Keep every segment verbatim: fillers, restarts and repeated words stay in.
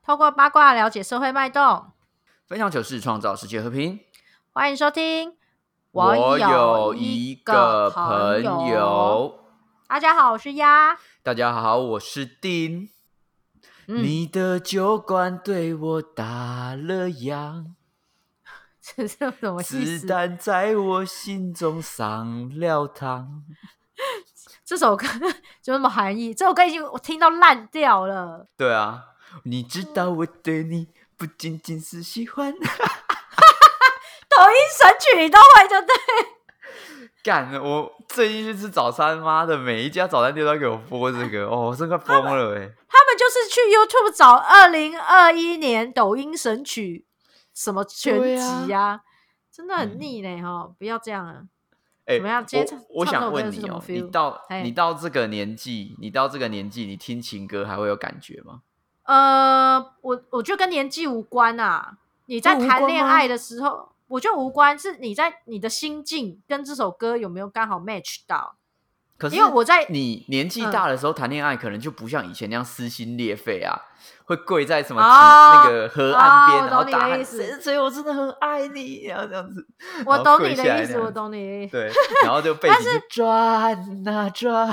透过八卦了解社会脉动， 分享糗事，创造世界和平。 欢迎收听。 我有一个朋友， 大家好，我是鸭。 大家好，我是丁。嗯、你的酒馆对我打了烊， 这是什么意思？ 子弹在我心中上了膛。 这首歌就那么含义？这首歌已经我听到烂掉了。 对啊，你知道我对你不仅仅是喜欢。抖音神曲你都会就对。 干！我最近去吃早餐，妈的，每一家早餐店都给我播这个，哦，我真快疯了哎！ 他们就是去 YouTube 找二零二一年抖音神曲什么全集啊，啊真的很腻呢哈、嗯！不要这样啊！ 欸、 怎么样？今天我, 我想问你哦，你到你到这个年纪，你到这个年纪，你听情歌还会有感觉吗？ 呃，我我觉得跟年纪无关啊。你在谈恋爱的时候，我觉得无关，是你在你的心境跟这首歌有没有刚好 match 到。 可是因为我在你年纪大的时候谈恋爱，可能就不像以前那样撕心裂肺啊，会跪在什么、哦、那个河岸边， 哦、 然后大喊谁谁我真的很爱你，然后这样子。 我懂你的意思，我懂你的意思。 对，然后就背景就转啊转。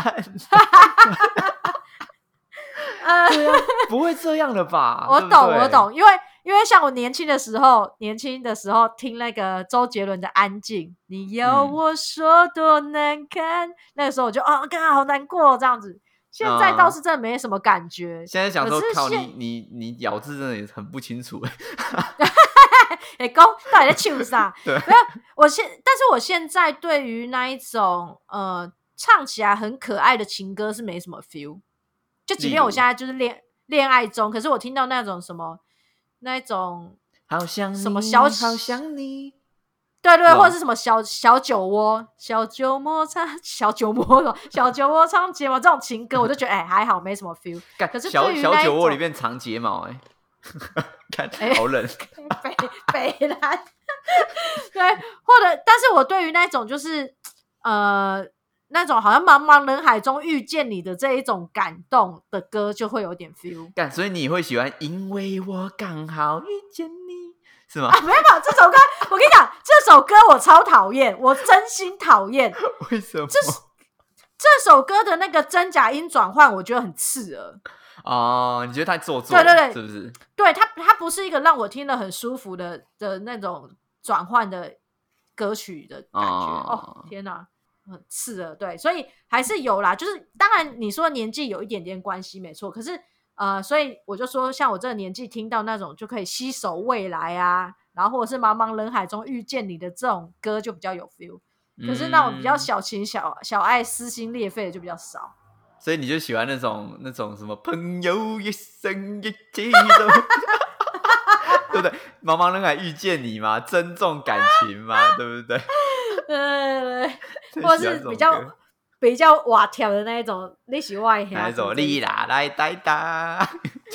呃，对啊，不会这样的吧？ 我懂， 对对我懂，因为因为像我年轻的时候，年轻的时候听那个周杰伦的《安静》，你要我说多难看，嗯、那个时候我就啊，刚、哦、好难过这样子。现在倒是真的没什么感觉。 嗯、现在想说，靠你你你咬字真的也很不清楚。 哎，公到底在唱啥？ 对， 没有，我现，但是我现在对于那一种呃唱起来很可爱的情歌是没什么 feel。就即便我现在就是恋恋爱中，可是我听到那种什么那种好想你， 什么小好想你， 对对，或者是什么小小酒窝、小酒窝唱小酒窝、小酒窝唱睫毛这种情歌，我就觉得哎、欸、还好，没什么 feel。可是小小酒窝里面藏睫毛、欸，哎，看好冷， 北北蓝，对，或者但是我对于那种就是呃。那种好像茫茫人海中遇见你的这一种感动的歌就会有点 feel。 干，所以你会喜欢因为我刚好遇见你是吗？ 啊，没有，这首歌我跟你讲，这首歌我超讨厌，我真心讨厌。 为什么？ 这这首歌的那个真假音转换我觉得很刺耳。 哦，你觉得太做作？ 对对对， 是不是？ 对，它它不是一个让我听得很舒服的的那种转换的歌曲的感觉。哦，哦天哪！很刺耳，对，所以还是有啦，就是当然你说年纪有一点点关系没错，可是呃，所以我就说像我这个年纪听到那种就可以携手未来啊，然后或者是茫茫人海中遇见你的这种歌就比较有 feel， 可是那种比较小情小小爱撕心裂肺的就比较少。 所以你就喜欢那种那种什么朋友一生一起走对不对？茫茫人海遇见你嘛，珍重感情嘛，对不对？ 呃，或是比较比较瓦条的那一种，你喜欢哪一种？你啦来带哒。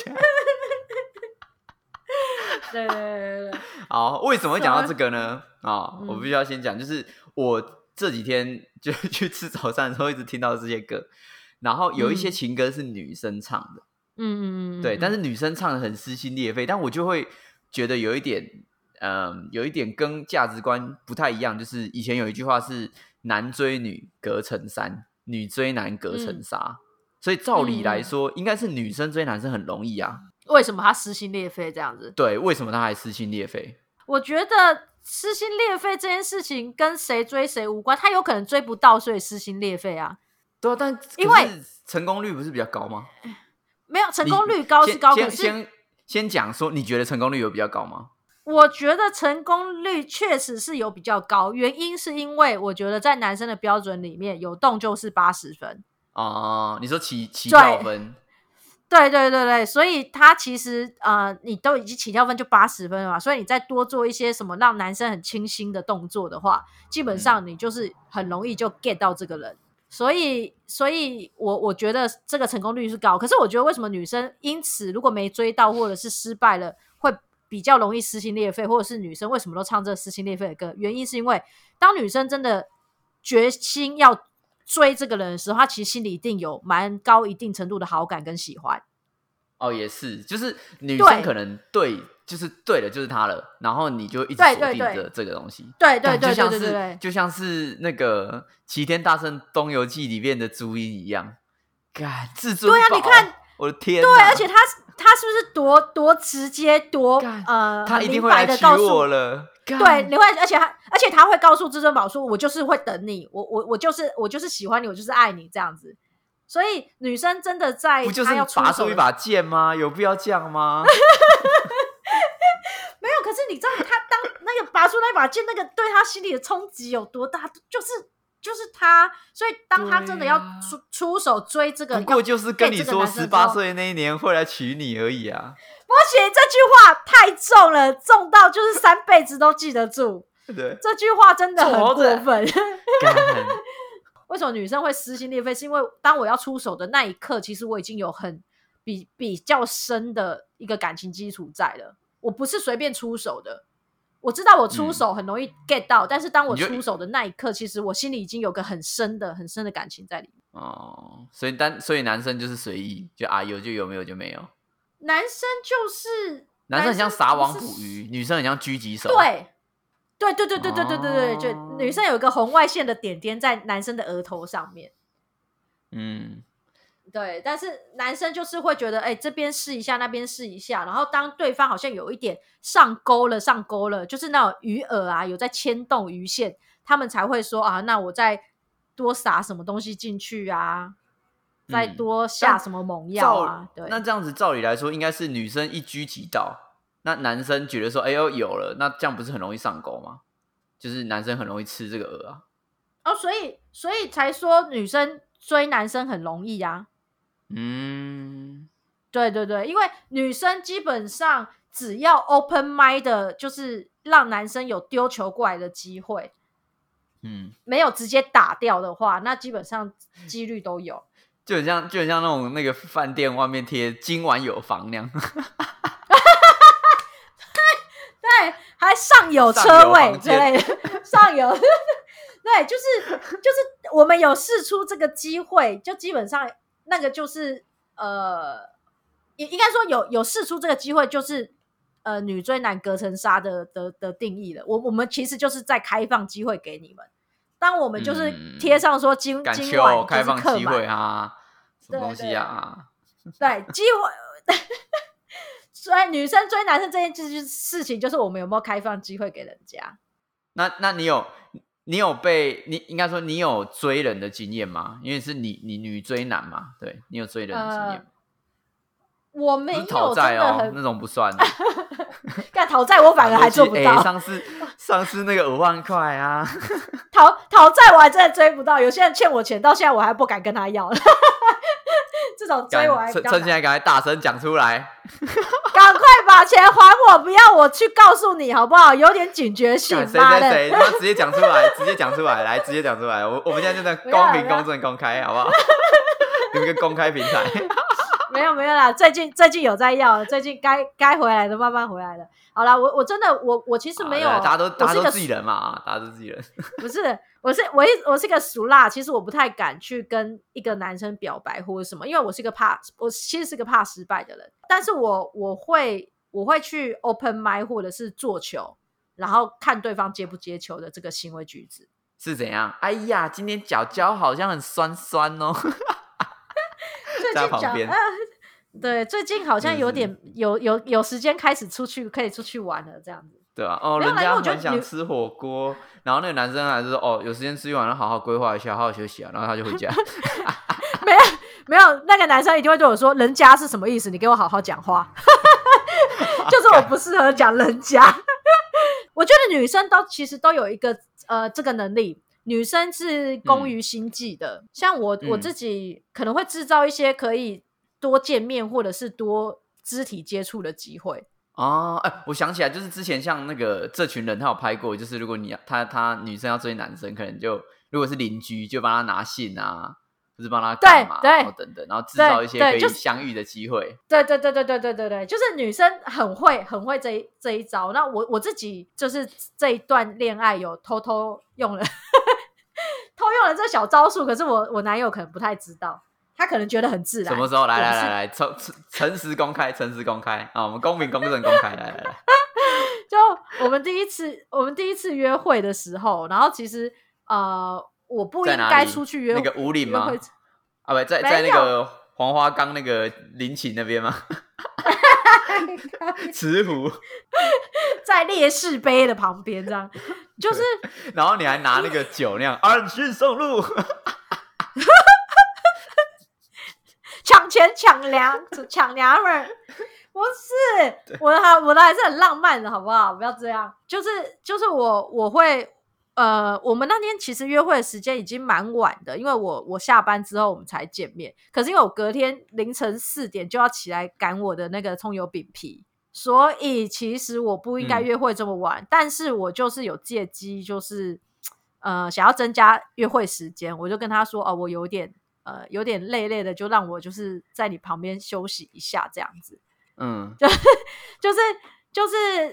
对对对对。 好，为什么会讲到这个呢？啊、哦嗯， 我必须要先讲，就是我这几天就去吃早餐的时候，一直听到这些歌，然后有一些情歌是女生唱的， 嗯嗯嗯， 对，但是女生唱的很撕心裂肺，但我就会觉得有一点。嗯，有一点跟价值观不太一样，就是以前有一句话是男追女隔层山，女追男隔层纱、嗯、所以照理来说、嗯、应该是女生追男生很容易啊， 为什么他撕心裂肺这样子？ 对，为什么他还撕心裂肺？ 我觉得撕心裂肺这件事情跟谁追谁无关，他有可能追不到所以撕心裂肺啊。 对啊，但因为成功率不是比较高吗？ 没有，成功率高是高，可是先先讲说你觉得成功率有比较高吗？ 我觉得成功率确实是有比较高，原因是因为我觉得在男生的标准里面，有动就是八十分哦、呃。你说起起跳分？ 对对对对，所以他其实呃，你都已经起跳分就八十分了嘛，所以你再多做一些什么让男生很清新的动作的话，基本上你就是很容易就 get 到这个人。嗯、所以，所以我我觉得这个成功率是高。可是我觉得为什么女生因此如果没追到或者是失败了，会比较容易撕心裂肺，或者是女生为什么都唱这个撕心裂肺的歌？原因是因为当女生真的决心要追这个人的时候，她其实心里一定有蛮高一定程度的好感跟喜欢。 哦，也是，就是女生可能对，就是对的，就是他了，然后你就一直锁定着这个东西。 对对对对对对对， 就像是那个《齐天大圣东游记》里面的朱茵一样，干至尊宝。 对啊，你看， 我的天！ 对，而且他他是不是多多直接多呃， 他一定会来娶我了。 对，你会，而且他而且他会告诉至尊宝说，我就是会等你，我我我就是我就是喜欢你，我就是爱你这样子。所以女生真的在不就是拔出一把剑吗？有必要这样吗？ 没有，可是你知道他当那个拔出那把剑，那个对他心里的冲击有多大？就是就是他，所以当他真的要出、啊、出手追这个， 不过就是跟你说十八岁那一年会来娶你而已啊。 不行，这句话太重了，重到就是三辈子都记得住。 对， 这句话真的很过分。为什么女生会撕心裂肺？是因为当我要出手的那一刻，其实我已经有很比比较深的一个感情基础在了。我不是随便出手的，我知道我出手很容易 get 到，嗯、但是当我出手的那一刻，其实我心里已经有个很深的、很深的感情在里面。 哦，所以单所以男生就是随意，就啊有就有，没有就没有。 男生就是男生很像撒网捕鱼，女生很像狙击手。 对。对对对对对对对对，就女生有一个红外线的点点在男生的额头上面， 嗯， 对，但是男生就是会觉得，哎、欸，这边试一下，那边试一下，然后当对方好像有一点上钩了，上钩了，就是那种鱼饵啊，有在牵动鱼线，他们才会说啊，那我再多撒什么东西进去啊，嗯、再多下什么猛药啊，对， 那这样子照理来说，应该是女生一狙击到。那男生觉得说，哎呦有了，那这样不是很容易上钩吗？就是男生很容易吃这个饵啊。 哦，所以所以才说女生追男生很容易啊。 嗯， 对对对，因为女生基本上只要 open mind 的，就是让男生有丢球过来的机会， 嗯， 没有直接打掉的话，那基本上几率都有。 就很像就很像那种那个饭店外面贴今晚有房那样。 对，还上有车位之类的，上有，对，就是就是我们有释出这个机会，就基本上那个就是呃，应该说有有释出这个机会，就是呃女追男隔层纱的的的定义了。我我们其实就是在开放机会给你们，当我们就是贴上说今、嗯、今晚就是开放机会啊，什么东西啊？ 对，机会。所以女生追男生这件事情，就是我们有没有开放机会给人家？ 那那你有你有被你应该说你有追人的经验吗？因为是你你女追男嘛，对你有追人的经验吗？呃、 我没有， 讨债哦，那种不算的。 干讨债我反而还做不到。 欸、上次上次那个五万块啊， 讨讨债我还真的追不到。有些人欠我钱，到现在我还不敢跟他要。这种追我还比较趁现在赶快大声讲出来， 赶快把钱还我，不要我去告诉你好不好？有点警觉性。 谁谁谁，你们直接讲出来，直接讲出来，来直接讲出来。我我们现在就在公平、公正、公开，好不好？有一个公开平台。 没有没有啦，最近最近有在要，最近该该回来的慢慢回来了。好啦，我我真的我我其实没有， 大家都大家都自己人嘛，大家都自己人。 不是，我是我一我是个俗辣，其实我不太敢去跟一个男生表白或者什么，因为我是个怕，我其实是个怕失败的人。但是我我会我会去 open mind 或者是做球，然后看对方接不接球的这个行为举止是怎样。哎呀，今天脚脚好像很酸酸哦。在旁边、呃， 对，最近好像有点有有有时间开始出去，可以出去玩了，这样子。 对啊，哦，人家很想吃火锅，然后那个男生还是说，哦，有时间吃完了，好好规划一下，好好休息啊，然后他就回家。 没有没有，那个男生一定会对我说，人家是什么意思？你给我好好讲话。就是我不适合讲人家。我觉得女生都其实都有一个呃这个能力。女生是工于心计的、嗯、像我我自己可能会制造一些可以多见面或者是多肢体接触的机会哦。哎，我想起来，就是之前像那个这群人他有拍过，就是如果你他他女生要追男生，可能就如果是邻居就帮他拿信啊，或是帮他干嘛，然后等等，然后制造一些可以相遇的机会。 对对对对对对对对，就是女生很会很会这一这一招。那我我自己就是这一段恋爱有偷偷用了偷用了这小招数，可是我我男友可能不太知道， 他可能觉得很自然。 什么时候？来来来来，诚诚实公开，诚实公开啊！我们公平公正公开，来来来。 就我们第一次，我们第一次约会的时候，然后其实呃，我不应该出去约那个五岭吗？ 约会啊，不在在那个黄花岗那个林寝那边吗？慈湖在烈士碑的旁边，这样就是， 然后你还拿那个酒那样，安心上路， 抢钱抢粮抢娘们儿，不是我的，我的还是很浪漫的，好不好？不要这样，就是就是我我会。呃，我们那天其实约会的时间已经蛮晚的，因为我我下班之后我们才见面。可是因为我隔天凌晨四点就要起来赶我的那个葱油饼皮，所以其实我不应该约会这么晚。嗯、但是我就是有借机，就是呃想要增加约会时间，我就跟他说哦，我有点呃有点累累的，就让我就是在你旁边休息一下这样子。嗯，就就是就是。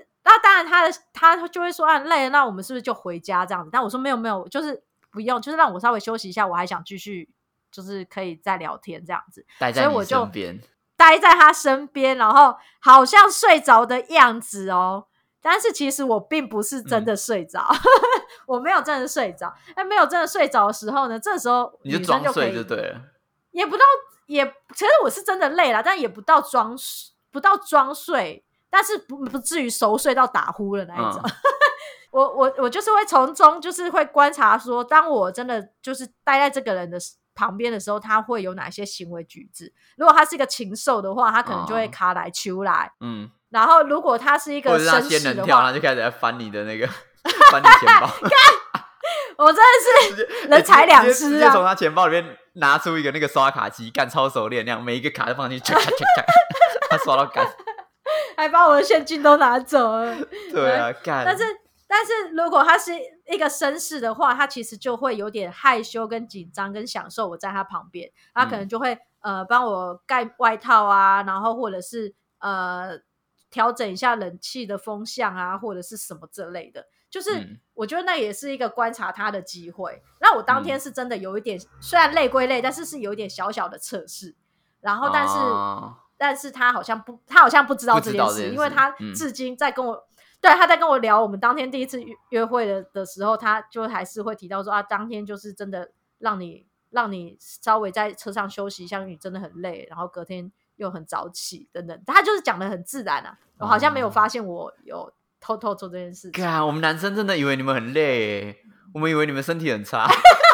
那当然他的他就会说啊累了，那我们是不是就回家这样子？但我说没有没有，就是不用，就是让我稍微休息一下，我还想继续，就是可以再聊天这样子。 待在你身边， 待在他身边，然后好像睡着的样子哦。但是其实我并不是真的睡着，嗯、我没有真的睡着。那没有真的睡着的时候呢，这时候你就装睡就对了， 也不到也，其实我是真的累了，但也不到装不到装睡。但是不不至于熟睡到打呼的那一种，嗯、我我我就是会从中就是会观察说，当我真的就是待在这个人的旁边的时候，他会有哪些行为举止。如果他是一个禽兽的话，他可能就会卡来揪来，嗯。然后如果他是一个绅士的话， 他就开始在翻你的那个翻你钱包。 我真的是人财两失啊！ 直接从他钱包里面拿出一个那个刷卡机，干超熟练那样，每一个卡都放进去，他刷到干。 还把我的现金都拿走了。 对啊，干。 但是，但是如果他是一个绅士的话，他其实就会有点害羞、跟紧张、跟享受我在他旁边。他可能就会、嗯、呃帮我盖外套啊，然后或者是呃调整一下冷气的风向啊，或者是什么这类的。就是我觉得那也是一个观察他的机会。那我当天是真的有一点，嗯、虽然累归累，但是是有一点小小的测试。然后，但是。哦但是他好像不，他好像不知道这件事，件事因为他至今在跟我，嗯、对，他在跟我聊我们当天第一次约会的的时候，他就还是会提到说啊，当天就是真的让你让你稍微在车上休息一下，因为你真的很累，然后隔天又很早起等等，他就是讲得很自然啊，我好像没有发现我有偷偷做这件事情。 干，我们男生真的以为你们很累，我们以为你们身体很差。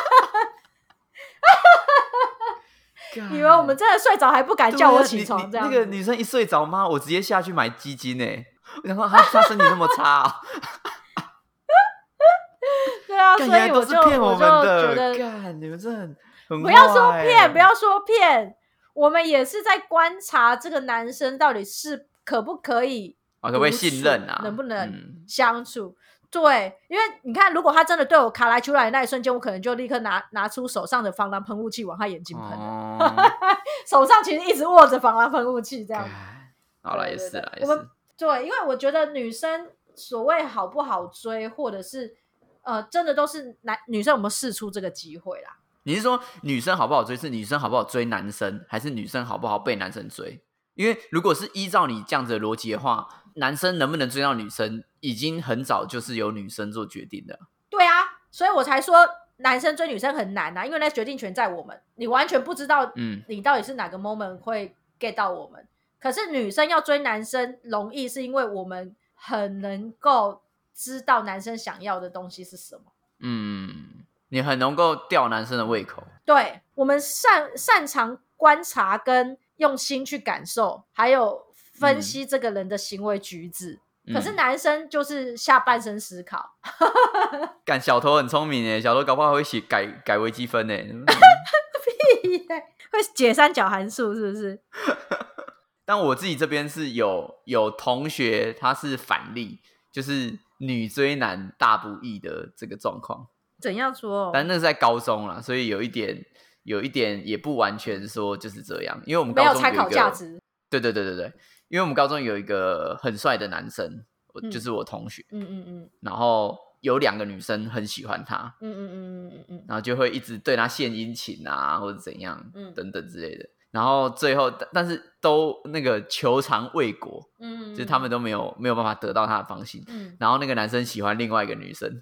以为我们真的睡着还不敢叫我起床，这样、 啊、那个女生一睡着吗？我直接下去买鸡精欸。我想说她她身体那么差啊。 对啊，所以我就骗我们的， 觉得干你们真的很很不要说骗，不要说骗，我们也是在观察这个男生到底是可不可以， 啊、可不可以信任啊， 能不能相处。嗯对，因为你看，如果他真的对我卡来出来的那一瞬间，我可能就立刻拿拿出手上的防狼喷雾器往他眼睛喷了。哦、手上其实一直握着防狼喷雾器，这样。 好了，也是啦， 我们对，因为我觉得女生所谓好不好追，或者是呃，真的都是男女生有没有释出这个机会啦？ 你是说女生好不好追，是女生好不好追男生，还是女生好不好被男生追？因为如果是依照你这样子的逻辑的话，男生能不能追到女生，已经很早就是由女生做决定的。 对啊，所以我才说男生追女生很难啊，因为那决定权在我们，你完全不知道，你到底是哪个 moment 会 get 到我们。嗯、可是女生要追男生容易，是因为我们很能够知道男生想要的东西是什么。 嗯，你很能够吊男生的胃口。 对，我们擅擅长观察跟用心去感受，还有分析这个人的行为举止。嗯、可是男生就是下半身思考。 干小头很聪明耶，小头搞不好会写改改微积分耶。 屁耶，会解三角函数是不是？ 但我自己这边是有有同学他是反例，就是女追男大不易的这个状况。 怎样说？ 但那是在高中啦，所以有一点有一点也不完全说就是这样，因为我们高中有一个没有参考价值。 对对对对对，因为我们高中有一个很帅的男生，嗯、就是我同学。嗯嗯嗯。然后有两个女生很喜欢他， 嗯嗯嗯嗯嗯， 然后就会一直对他献殷勤啊，或者怎样， 嗯等等之类的。然后最后，但是都那个求偿未果， 嗯， 就是他们都没有没有办法得到他的芳心。 嗯， 然后那个男生喜欢另外一个女生，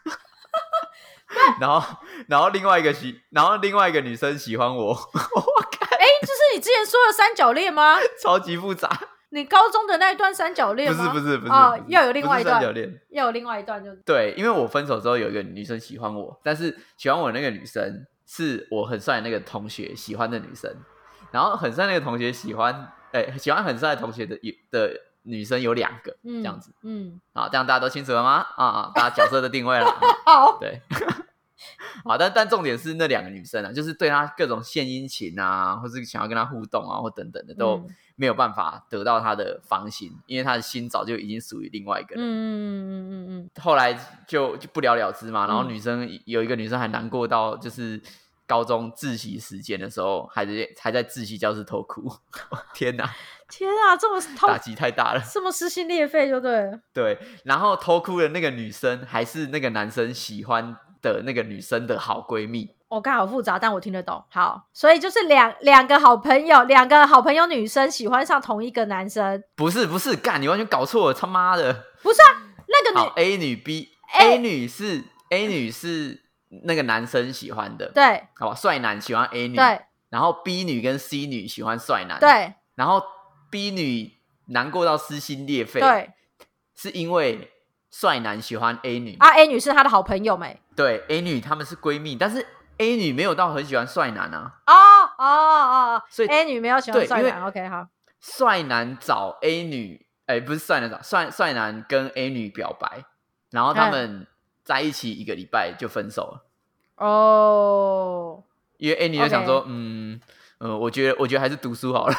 然后然后另外一个喜，然后另外一个女生喜欢我，我看， 哎，这是你之前说的三角恋吗？ 超级复杂。 你高中的那一段三角恋吗？ 不是不是不是哦， 不是要有另外一段不是三角恋， 要有另外一段就对，因为我分手之后有一个女生喜欢我，但是喜欢我的那个女生是我很帅的那个同学喜欢的女生，然后很帅那个同学喜欢，哎，喜欢很帅的同学的的女生有两个， 嗯这样子， 嗯， 啊，这样大家都清楚了吗？啊啊，大家角色的定位了， 好， 对，好，但但重点是那两个女生啊，就是对他各种献殷勤啊，或是想要跟他互动啊，或等等的，都嗯没有办法得到他的芳心，因为他的心早就已经属于另外一个人。 嗯嗯嗯嗯嗯， 后来就就不了了之嘛，然后嗯女生有一个女生还难过到就是高中自习时间的时候，还在还在自习教室偷哭，天哪， 天啊，这么偷打击太大了。 这么撕心裂肺就对了。 对，然后偷哭的那个女生还是那个男生喜欢的那个女生的好闺蜜。 我看好复杂，但我听得懂。好，所以就是两两个好朋友，两个好朋友女生喜欢上同一个男生。 不是不是，干，你完全搞错了，他妈的！ 不是啊，那个女好 A 女 B A A 女是 A 女是那个男生喜欢的， 对好吧，帅男喜欢 A 女， 对然后 B 女跟 C 女喜欢帅男， 对然后 B 女难过到撕心裂肺， 对是因为帅男喜欢 A 女， 啊 ，A 女是她的好朋友没？ 对 A 女她们是闺蜜，但是 A 女没有到很喜欢帅男啊， 哦哦哦， 所以 A 女没有喜欢对因为帅男。OK， 好， 帅男找 A 女，哎，不是帅男找帅帅男跟 A 女表白，然后他们在一起一个礼拜就分手了。 哦， 因为 A 女就想说， OK 嗯呃，我觉得我觉得还是读书好了。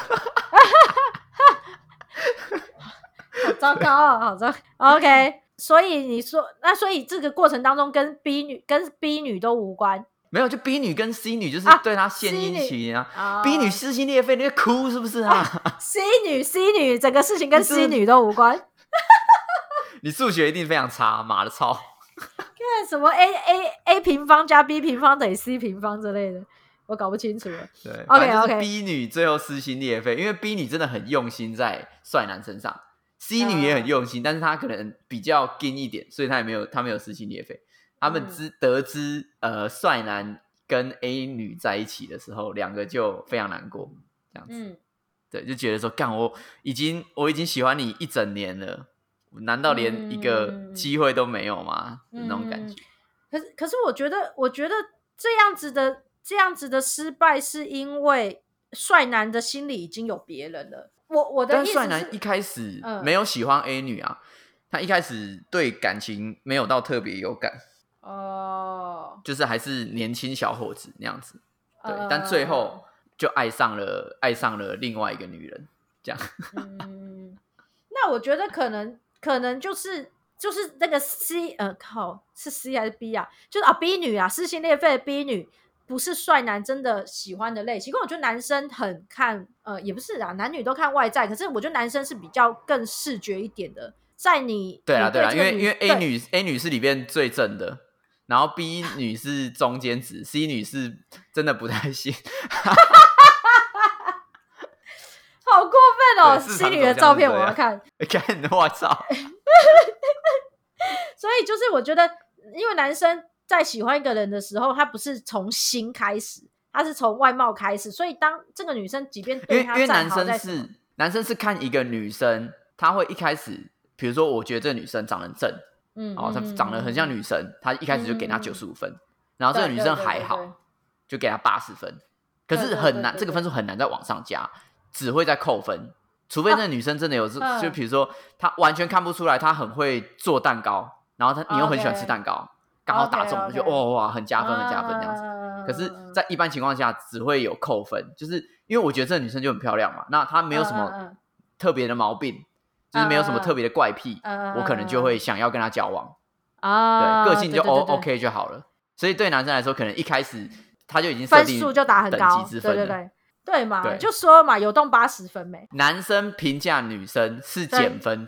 好糟糕啊，好糟糕。OK，所以你说，那所以这个过程当中跟 B 女跟 B 女都无关。 没有，就 B 女跟 C 女就是啊对她献 C 殷女勤啊。 哦 B 女撕心裂肺，你在哭是不是啊？ C 女 C 女整个事情跟你是 C 女都无关。 你数学一定非常差，妈的操！ 看什么 A A A 平方加 B 平方等于 C 平方之类的，我搞不清楚了。 对 OK， 反正就是 OK B 女最后撕心裂肺，因为 B 女真的很用心在帅男身上，C 女也很用心，但是她可能比较硬一点，所以她也没有她没有撕心裂肺。他们知、嗯、得知呃帅男跟 A 女在一起的时候，两个就非常难过，这样子。嗯，对，就觉得说，干我已经我已经喜欢你一整年了，难道连一个机会都没有吗？嗯、那种感觉。 可是可是我觉得，我觉得这样子的这样子的失败，是因为帅男的心里已经有别人了。我我的意思是， 但帅男一开始没有喜欢 A 女啊，嗯、他一开始对感情没有到特别有感。哦、uh, ，就是还是年轻小伙子那样子，对， uh, 但最后就爱上了爱上了另外一个女人，这样。 嗯，那我觉得可能可能就是就是那个 C 呃靠是 C 还是 B 啊？就是啊 B 女啊，撕心裂肺的 B 女不是帅男真的喜欢的类型。因为我觉得男生很看呃也不是啊，男女都看外在，可是我觉得男生是比较更视觉一点的，在你对啊对啊，因为因为 A 女 A 女是里面最正的。然后 B 女是中间值，C 女是真的不太行， 好过分哦 ！C 女的照片我要看， 看我操！ 所以就是我觉得，因为男生在喜欢一个人的时候，他不是从心开始，他是从外貌开始，所以当这个女生即便对他站好在什么， 因为男生是男生是看一个女生，他会一开始，比如说我觉得这个女生长得正。嗯，哦，她长得很像女神，她一开始就给她九十五分，嗯，然后这个女生还好，对对对对，就给她八十分。可是很难，對對對對對，这个分数很难再往上加，只会再扣分，除非那个女生真的有，啊，就比如说她完全看不出来她很会做蛋糕，然后她你又很喜欢吃蛋糕，刚，okay, 好打中了， okay, okay. 就哇哇很加分很加分这样子。啊，可是，在一般情况下只会有扣分，就是因为我觉得这个女生就很漂亮嘛，那她没有什么特别的毛病。就是没有什么特别的怪癖，呃，我可能就会想要跟他交往啊，对，个性就 O OK 就好了。所以对男生来说，可能一开始他就已经设定分数就打很高， 对对对， 对嘛，对，就说嘛，有动八十分没？ 男生评价女生是减分制，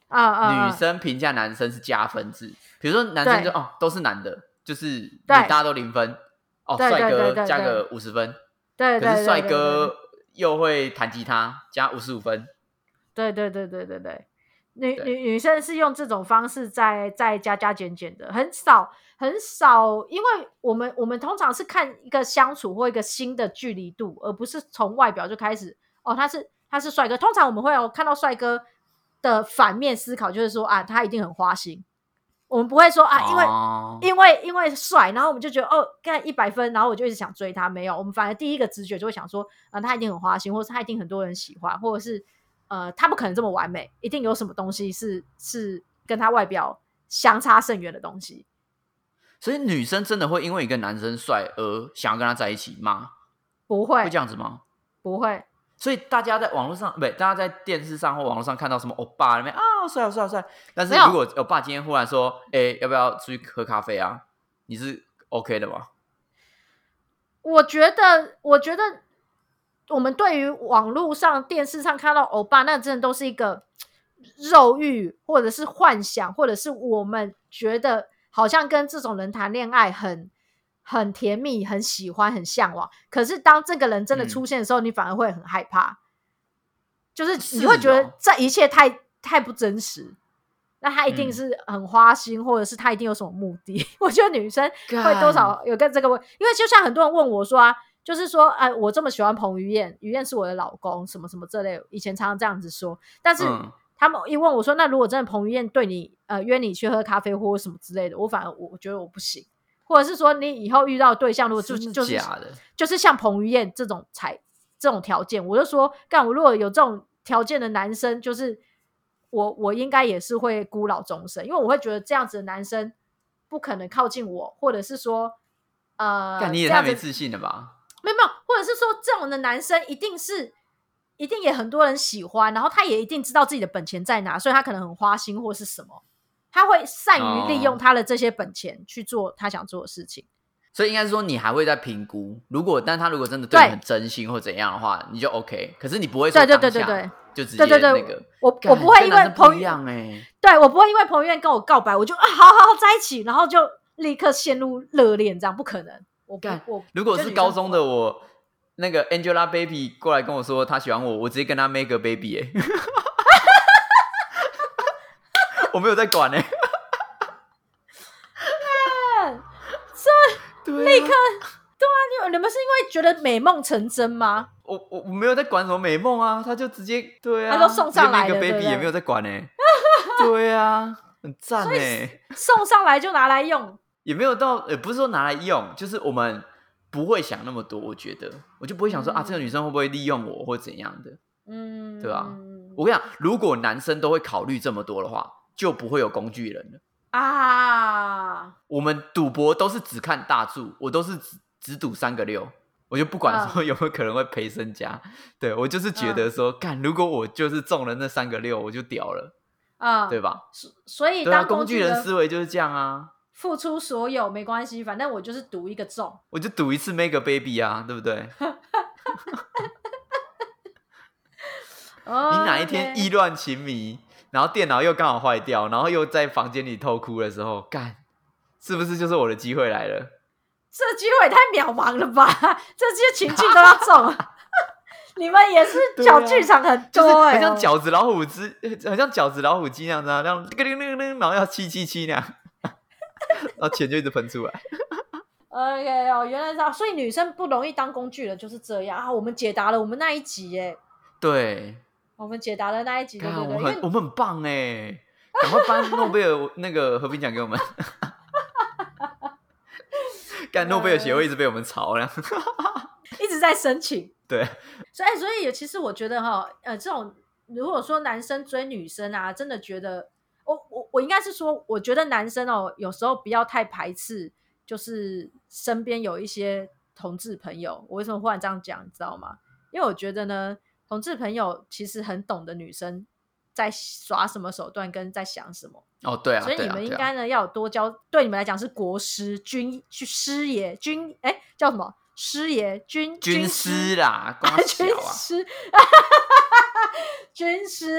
啊啊， 女生评价男生是加分制，比如说男生就哦都是男的，就是大家都零分，哦帅哥加个五十分， 对， 可是帅哥又会弹吉他，加五十五分。 对对对对对对，女女女生是用这种方式在在加加减减的，很少很少，因为我们我们通常是看一个相处或一个新的距离度，而不是从外表就开始哦他是他是帅哥。通常我们会有看到帅哥的反面思考，就是说啊他一定很花心。我们不会说啊，因为、哦、因为因为帅，然后我们就觉得哦，干一百分，然后我就一直想追他。没有，我们反而第一个直觉就会想说，啊，他一定很花心，或者是他一定很多人喜欢，或者是呃，他不可能这么完美，一定有什么东西是是跟他外表相差甚远的东西。 所以女生真的会因为一个男生帅而想要跟他在一起吗？ 不会， 会这样子吗？ 不会。 所以大家在网络上，不，大家在电视上或网络上看到什么欧巴那边啊，帅帅帅，但是如果欧巴今天忽然说，哎、欸，要不要出去喝咖啡啊？你是 OK 的吗？ 我觉得，我觉得我们对于网络上、电视上看到欧巴，那真的都是一个肉欲，或者是幻想，或者是我们觉得好像跟这种人谈恋爱很。很甜蜜，很喜欢，很向往。可是当这个人真的出现的时候，嗯、你反而会很害怕，就是你会觉得这一切太、哦、太不真实。那他一定是很花心，嗯、或者是他一定有什么目的。我觉得女生会多少有跟这个问，因为就像很多人问我说啊，就是说，哎、呃，我这么喜欢彭于晏，于晏是我的老公，什么什么这类，以前常常这样子说。但是他们一问我说，那如果真的彭于晏对你呃约你去喝咖啡或什么之类的，我反而我觉得我不行。或者是说你以后遇到的对象如果就就是就是像彭于晏这种才这种条件，我就说干我如果有这种条件的男生，就是我我应该也是会孤老终生，因为我会觉得这样子的男生不可能靠近我，或者是说呃干你也太没自信了吧？ 没有没有，或者是说这种的男生一定是一定也很多人喜欢，然后他也一定知道自己的本钱在哪，所以他可能很花心或是什么。他会善于利用他的这些本钱去做他想做的事情，哦、 所以应该是说你还会在评估，如果但他如果真的对你很真心或怎样的话，你就 OK。可是你不会说当下对对对对对就直接那个， 对对对我我不会因为彭于晏哎， 对我不会因为彭于晏跟我告白，我就啊好好好在一起，然后就立刻陷入热恋，这样不可能。我干我如果是高中的我，那个 Angelababy 过来跟我说她喜欢我，我直接跟她 make a baby 哎、欸。我没有在管哎、欸， 这立刻对啊，你们是因为觉得美梦成真吗？ 我我我没有在管什么美梦啊，他就直接对啊， 他都送上来了， 直接 make a baby 也没有在管哎、欸，对啊，很赞哎、欸， 送上来就拿来用， 也没有到，也不是说拿来用，就是我们不会想那么多，我觉得我就不会想说、嗯、啊，这个女生会不会利用我或怎样的，嗯，对吧？我跟你讲，如果男生都会考虑这么多的话，就不会有工具人了啊！我们赌博都是只看大注，我都是 只, 只赌三个六，我就不管说有没有可能会赔身家。嗯、对我就是觉得说，干、嗯，如果我就是中了那三个六，我就屌了，啊、嗯，对吧？ 所以当工具人思维就是这样啊， 付出所有没关系，反正我就是赌一个中， 我就赌一次 make a baby 啊，对不对？你哪一天意乱情迷？然后电脑又刚好坏掉，然后又在房间里偷哭的时候，干，是不是就是我的机会来了？ 这机会也太渺茫了吧！这些情境都要中，你们也是小剧场很多哎、欸， 很像饺子老虎机，很像饺子老虎机那样子啊，那样叮叮叮叮，然后要七七七那样，然后钱就一直喷出来。 OK 哦，原来是这样，所以女生不容易当工具人就是这样啊。我们解答了我们那一集哎， 对。 我们解答的那一集，对对对， 我们我们很棒哎，赶快颁诺贝尔那个和平奖给我们。干诺贝尔协会一直被我们吵了， 一直在申请。 对， 所以所以其实我觉得哈，呃，这种如果说男生追女生啊，真的觉得，我我我应该是说，我觉得男生哦，有时候不要太排斥，就是身边有一些同志朋友。我为什么忽然这样讲，你知道吗？因为我觉得呢。同志朋友其实很懂得女生在耍什么手段跟在想什么哦，对啊， 所以你们应该呢、啊啊、要有多交，对你们来讲是国师、军去师爷、军哎叫什么师爷、军军师啦，军师，军师。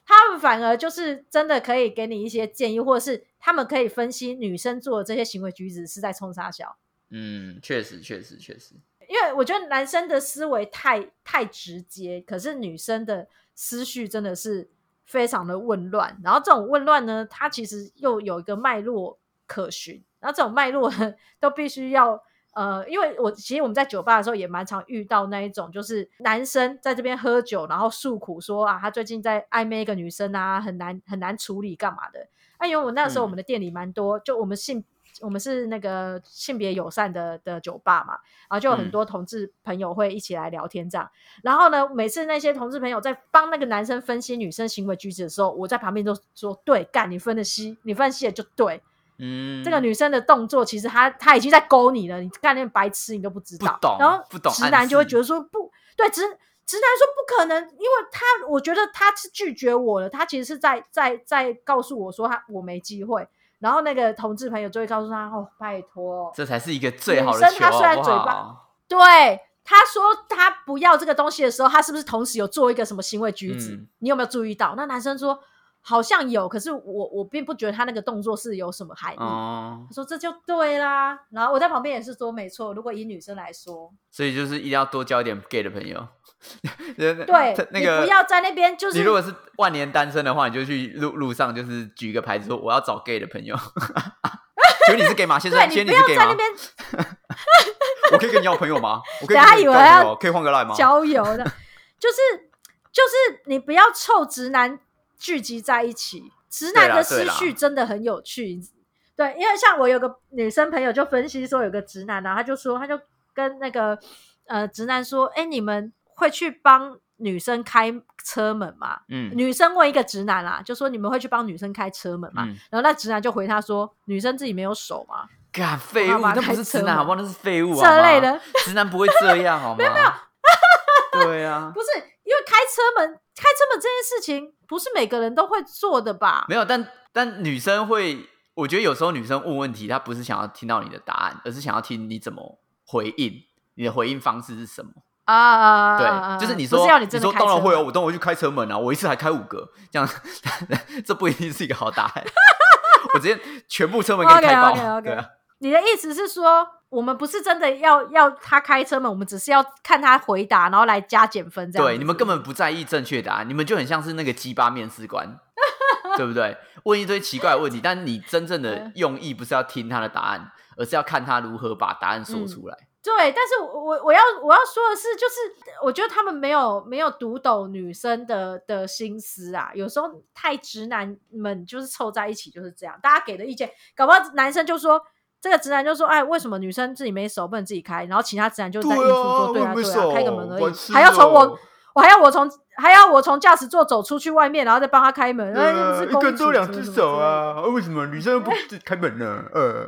他们反而就是真的可以给你一些建议，或者是他们可以分析女生做的这些行为举止是在冲啥小。 嗯，确实确实确实， 因为我觉得男生的思维太太直接，可是女生的思绪真的是非常的混乱，然后这种混乱呢，它其实又有一个脉络可循，然后这种脉络呢都必须要呃，因为我其实我们在酒吧的时候也蛮常遇到那一种，就是男生在这边喝酒，然后诉苦说啊，他最近在暧昧一个女生啊，很难很难处理干嘛的。啊，因为我那时候我们的店里蛮多，嗯、就我们性我们是那个性别友善的的酒吧嘛，然后就有很多同志朋友会一起来聊天这样。嗯、然后呢，每次那些同志朋友在帮那个男生分析女生行为举止的时候，我在旁边都说：“对，干你分析，你分析的就对。”嗯，这个女生的动作其实她她已经在勾你了，你干那白痴你都不知道， 不懂， 然后不懂， 直男就会觉得说不对，直直男说不可能，因为他我觉得他是拒绝我了，他其实是在在在告诉我说他我没机会，然后那个同志朋友就会告诉他哦，拜托， 这才是一个最好的球， 女生她虽然嘴巴， 好不好？ 对。他说他不要这个东西的时候，他是不是同时有做一个什么行为举止？嗯、你有没有注意到？那男生说好像有，可是我我并不觉得他那个动作是有什么含义。哦、他说这就对啦。然后我在旁边也是说没错，如果以女生来说， 所以就是一定要多交一点 gay 的朋友。 对，那个、你不要在那边就是。 你如果是万年单身的话，你就去路路上就是举一个牌子说我要找 gay 的朋友。请问你是 gay 吗，先生？ 对，你不要在那边。 我可以跟你要朋友吗？我可以跟你交朋友，可以换个 line 吗？ 交友的，就是就是你不要臭直男聚集在一起，直男的思绪真的很有趣。对，因为像我有个女生朋友就分析说，有个直男啊，他就说，他就跟那个呃直男说，哎，你们会去帮女生开车门吗？嗯，女生问一个直男啊，就说你们会去帮女生开车门吗？嗯、然后那直男就回他说，女生自己没有手吗？ 干废物，那不是直男好不好？那是废物这类的， 直男不会这样好吗？ 没有没有， 对啊， 不是因为开车门，开车门这件事情不是每个人都会做的吧？ 没有，但但女生会，我觉得有时候女生问问题，她不是想要听到你的答案，而是想要听你怎么回应，你的回应方式是什么啊？对，就是你说， 不是要你真的你说当然会哦，我当然会去开车门啊，我一次还开五个，这样这不一定是一个好答案。我直接全部车门给你开爆， okay, okay, okay. 对啊。 你的意思是说，我们不是真的要要他开车门，我们只是要看他回答，然后来加减分这样子。 对，你们根本不在意正确答案，你们就很像是那个鸡巴面试官，对不对？问一堆奇怪的问题，但你真正的用意不是要听他的答案，而是要看他如何把答案说出来。 嗯、对，但是我我要我要说的是，就是我觉得他们没有没有读懂女生的的心思啊，有时候太直男们就是凑在一起就是这样，大家给的意见，搞不好男生就说。这个直男就说：“哎，为什么女生自己没手不能自己开？”然后其他直男就在应付说：“对啊，对啊，开个门而已，还要从我，我还要我从还要我从驾驶座走出去外面，然后再帮他开门。 对啊，一个人都两只手啊，为什么女生不开门呢？呃，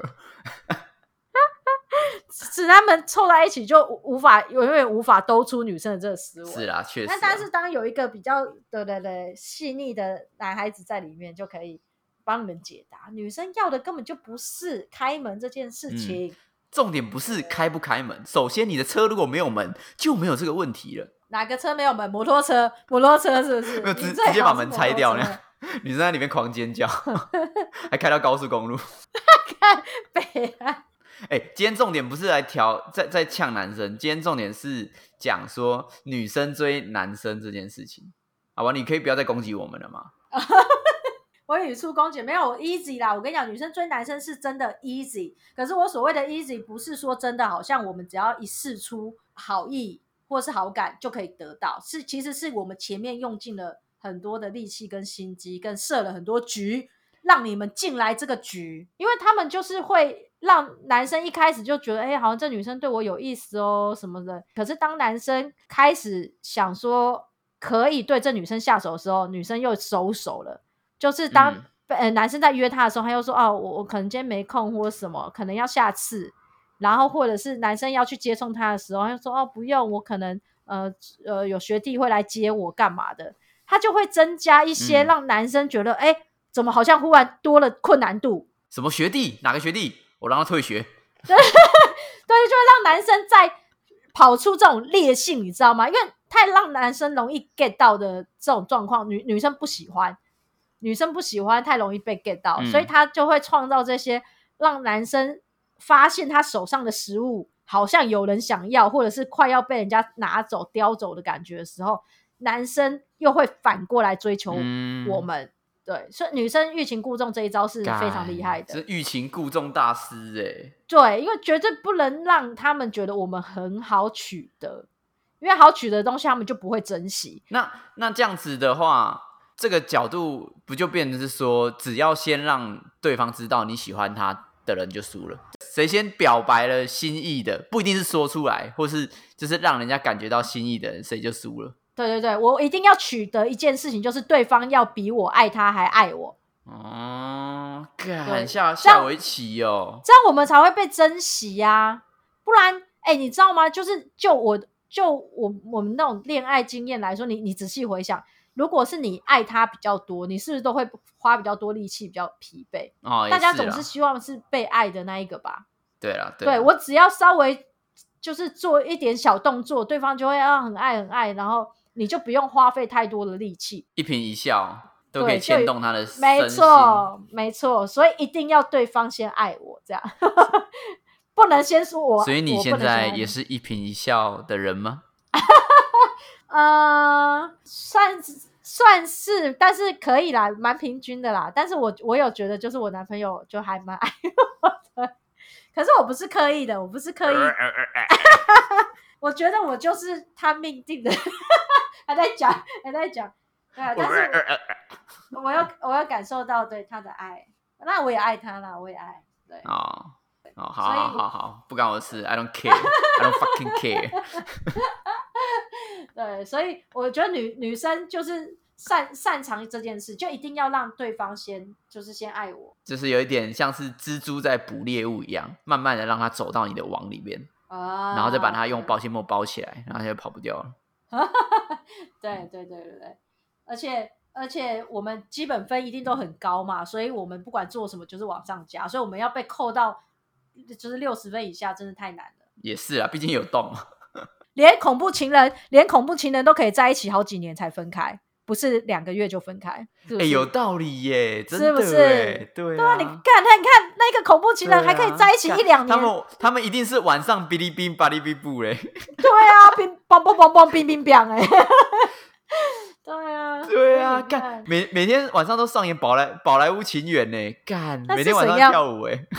直男们凑在一起就无法永远无法兜出女生的这个思维。 是啦，确实。 那但是当有一个比较对对对细腻的男孩子在里面，就可以。”帮你们解答，女生要的根本就不是开门这件事情、嗯、 重点不是开不开门，首先你的车如果没有门就没有这个问题了。 哪个车没有门？摩托车，摩托车是不是？ 没有 直, 直接把门拆掉呢？女生在里面狂尖叫还开到高速公路看北岸。 哎、欸，今天重点不是来调在在呛男生，今天重点是讲说女生追男生这件事情，好吧？你可以不要再攻击我们了吗？ 我语出恭谨，没有 easy 啦。我跟你讲，女生追男生是真的 easy， 可是我所谓的 easy 不是说真的好像我们只要一释出好意或是好感就可以得到，是其实是我们前面用尽了很多的力气跟心机，跟设了很多局，让你们进来这个局，因为他们就是会让男生一开始就觉得，哎、欸，好像这女生对我有意思哦什么的。可是当男生开始想说可以对这女生下手的时候，女生又收手了。就是当、嗯呃、男生在约她的时候，他又说哦，我我可能今天没空或什么，可能要下次。然后或者是男生要去接送她的时候，他就说哦不用，我可能呃呃有学弟会来接我干嘛的，他就会增加一些让男生觉得哎、嗯欸，怎么好像忽然多了困难度？ 什么学弟？哪个学弟？我让他退学。 对，对，就会让男生在跑出这种烈性，你知道吗？因为太让男生容易 get 到的这种状况，女女生不喜欢，女生不喜欢太容易被 get 到，嗯、所以他就会创造这些让男生发现他手上的食物好像有人想要，或者是快要被人家拿走叼走的感觉的时候，男生又会反过来追求我们。嗯，对，所以女生欲擒故纵这一招是非常厉害的， 是欲擒故纵大师哎。 对，因为绝对不能让他们觉得我们很好取得，因为好取得的东西他们就不会珍惜。 那那这样子的话，这个角度不就变成是说，只要先让对方知道你喜欢他的人就输了？谁先表白了心意的，不一定是说出来，或是就是让人家感觉到心意的人，谁就输了。 对对对，我一定要取得一件事情，就是对方要比我爱他还爱我。 哦，干下下围棋哦， 这样我们才会被珍惜啊！不然，哎，你知道吗？就是就我就我我们那种恋爱经验来说，你你仔细回想，如果是你爱他比较多，你是不是都会花比较多力气，比较疲惫？ 哦， 大家总是希望是被爱的那一个吧？ 对啦，对， 对我只要稍微就是做一点小动作，对方就会啊很爱很爱，然后你就不用花费太多的力气， 一颦一笑都可以牵动他的身心。 没错，没错，所以一定要对方先爱我，这样不能先说我。 所以你现在也是一颦一笑的人吗？ 呃，算算是，但是可以啦，蛮平均的啦。但是我我有觉得，就是我男朋友就还蛮爱我的，可是我不是刻意的，我不是刻意。我觉得我就是他命定的，还在讲，还在讲。对啊，但是我我要我要感受到对他的爱，那我也爱他啦，我也爱。对哦哦，好好好好，不干我的事 ，I don't care，I don't fucking care 。 对，所以我觉得女女生就是擅擅长这件事，就一定要让对方先就是先爱我， 就是有一点像是蜘蛛在捕猎物一样，慢慢的让它走到你的网里面，啊、然后再把它用保鲜膜包起来，然后它就跑不掉了。 对对对对对，而且而且我们基本分一定都很高嘛，所以我们不管做什么就是往上加，所以我们要被扣到就是六十分以下，真的太难了。 也是啊，毕竟有洞。 连恐怖情人，连恐怖情人都可以在一起好几年才分开，不是两个月就分开。哎、 欸，有道理耶，真的是不是？ 对啊， 对啊，你看，你看那个恐怖情人还可以在一起一两年， 他们他们一定是晚上哔哩哔巴哩哔布嘞。 对啊，冰梆梆梆梆冰冰冰哎。对啊， 对啊，干每每天晚上都上演宝莱宝莱坞情缘呢，干每天晚上跳舞哎。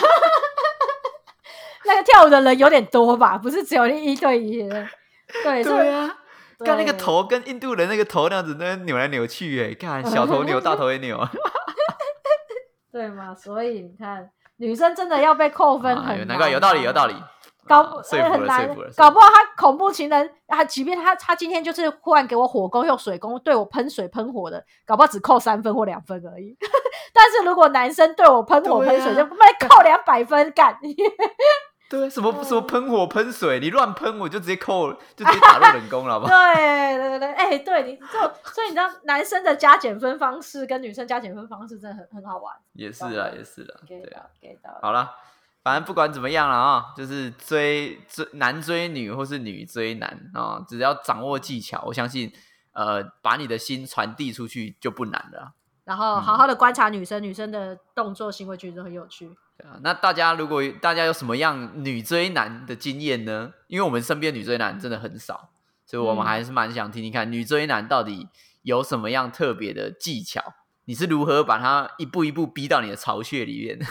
那个跳舞的人有点多吧，不是只有一对一的。对对啊，看那个头跟印度人那个头那样子，那扭来扭去哎，看小头扭，大头也扭。 对嘛，所以你看，女生真的要被扣分很难、啊， 难怪有道理，有道理。 搞、 啊、说服了，说服了， 搞不好他恐怖情人，他即便他他今天就是忽然给我火攻用水攻对我喷水喷火的，搞不好只扣三分或两分而已。但是如果男生对我喷火喷水，就被扣两百分干。 对，什么什么喷火喷水，你乱喷我就直接扣，就直接打入冷宫了，好不好？ 对对对，哎、欸，对你就所以你知道男生的加减分方式跟女生加减分方式真的很很好玩。 也是啊，也是啊， 对啊，给到。 好了，反正不管怎么样了啊，就是追追男追女或是女追男啊，只要掌握技巧，我相信呃，把你的心传递出去就不难了。 然后好好的观察女生，嗯、女生的动作行为举止很有趣。 那大家如果大家有什么样女追男的经验呢？因为我们身边女追男真的很少，所以我们还是蛮想听听看、嗯、女追男到底有什么样特别的技巧，你是如何把他一步一步逼到你的巢穴里面？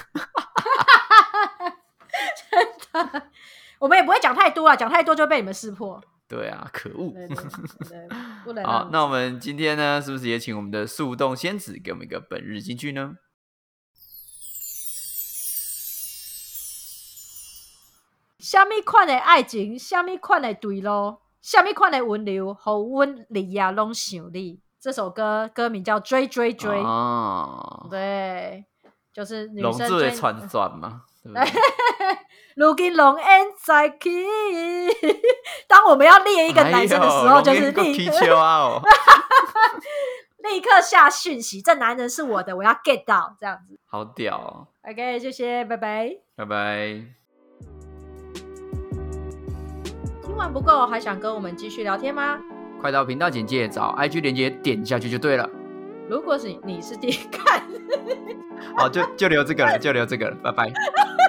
真的，我们也不会讲太多啦，讲太多就被你们识破。 对啊，可恶！ 对对对，不能。 好，那我们今天呢，是不是也请我们的树洞仙子给我们一个本日金句呢？ 什么款的爱情，什么款的对路，什么款的温柔，互阮日夜拢想你。这首歌歌名叫《追追追》哦，对，就是女生追的传说嘛，对不对？ 如今龙恩在起，当我们要猎一个男生的时候，就是立刻、哦、立刻下讯息，这男人是我的，我要 get 到这样子， 好屌哦 ！OK， 谢谢，拜拜， 拜拜。 听完不够，还想跟我们继续聊天吗？ 快到频道简介找 I G 连结点下去就对了。 如果是你是第一看， 好，就就留这个了，就留这个了，拜拜。